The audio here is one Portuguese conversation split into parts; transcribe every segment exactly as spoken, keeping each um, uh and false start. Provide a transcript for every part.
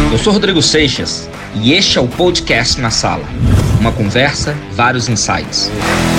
Eu sou Rodrigo Seixas e este é o Podcast na Sala. Uma conversa, vários insights.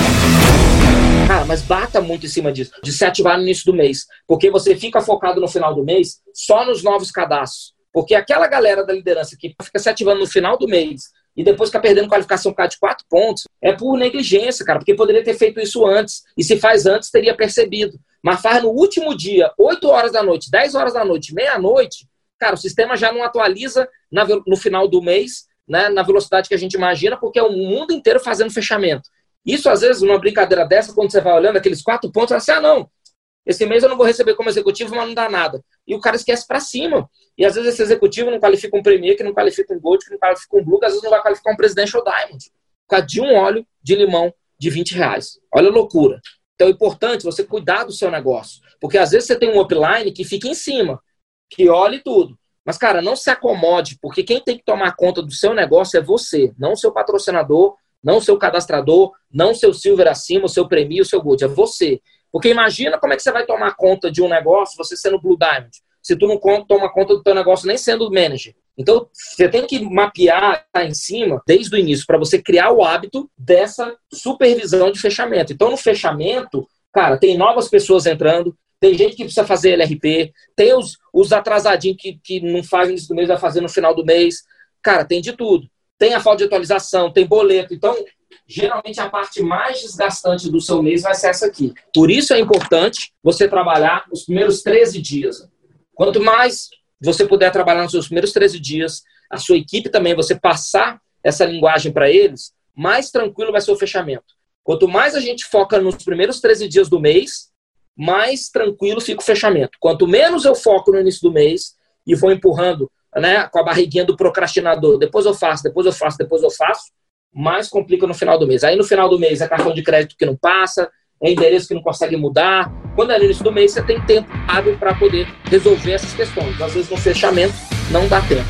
Cara, mas bata muito em cima disso, de se ativar no início do mês, porque você fica focado no final do mês só nos novos cadastros. Porque aquela galera da liderança que fica se ativando no final do mês e depois fica perdendo qualificação por causa de quatro pontos, é por negligência, cara, porque poderia ter feito isso antes. E se faz antes, teria percebido. Mas faz no último dia, oito horas da noite, dez horas da noite, meia-noite, cara, o sistema já não atualiza na, no final do mês, né, na velocidade que a gente imagina, porque é o mundo inteiro fazendo fechamento. Isso, às vezes, numa brincadeira dessa, quando você vai olhando aqueles quatro pontos, você fala assim, ah, não, esse mês eu não vou receber como executivo, mas não dá nada. E o cara esquece pra cima. E, às vezes, esse executivo não qualifica um Premier, que não qualifica um Gold, que não qualifica um Blue, que às vezes não vai qualificar um Presidential Diamond. Por causa de um óleo de limão de vinte reais. Olha a loucura. Então, é importante você cuidar do seu negócio. Porque, às vezes, você tem um upline que fica em cima, que olha tudo. Mas, cara, não se acomode, porque quem tem que tomar conta do seu negócio é você, não o seu patrocinador, não o seu cadastrador, não o seu Silver acima, o seu Premier, o seu Gold, é você. Porque imagina como é que você vai tomar conta de um negócio, você sendo Blue Diamond, se tu não toma conta do teu negócio nem sendo manager. Então, você tem que mapear lá em cima, desde o início, para você criar o hábito dessa supervisão de fechamento. Então, no fechamento, cara, tem novas pessoas entrando, tem gente que precisa fazer L R P, tem os, os atrasadinhos que, que não fazem no início do mês, vai fazer no final do mês. Cara, tem de tudo. Tem a falta de atualização, tem boleto. Então, geralmente a parte mais desgastante do seu mês vai ser essa aqui. Por isso é importante você trabalhar os primeiros treze dias. Quanto mais você puder trabalhar nos seus primeiros treze dias, a sua equipe também, você passar essa linguagem para eles, mais tranquilo vai ser o fechamento. Quanto mais a gente foca nos primeiros treze dias do mês, mais tranquilo fica o fechamento. Quanto menos eu foco no início do mês e vou empurrando, né, com a barriguinha do procrastinador, depois eu faço, depois eu faço, depois eu faço, mais complica no final do mês. Aí no final do mês é cartão de crédito que não passa, é endereço que não consegue mudar. Quando é no início do mês, você tem tempo hábil para poder resolver essas questões. Às vezes no fechamento não dá tempo.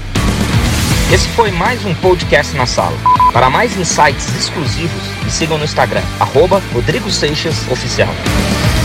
Esse foi mais um Podcast na Sala. Para mais insights exclusivos, me sigam no Instagram, arroba Rodrigo Seixas Oficial.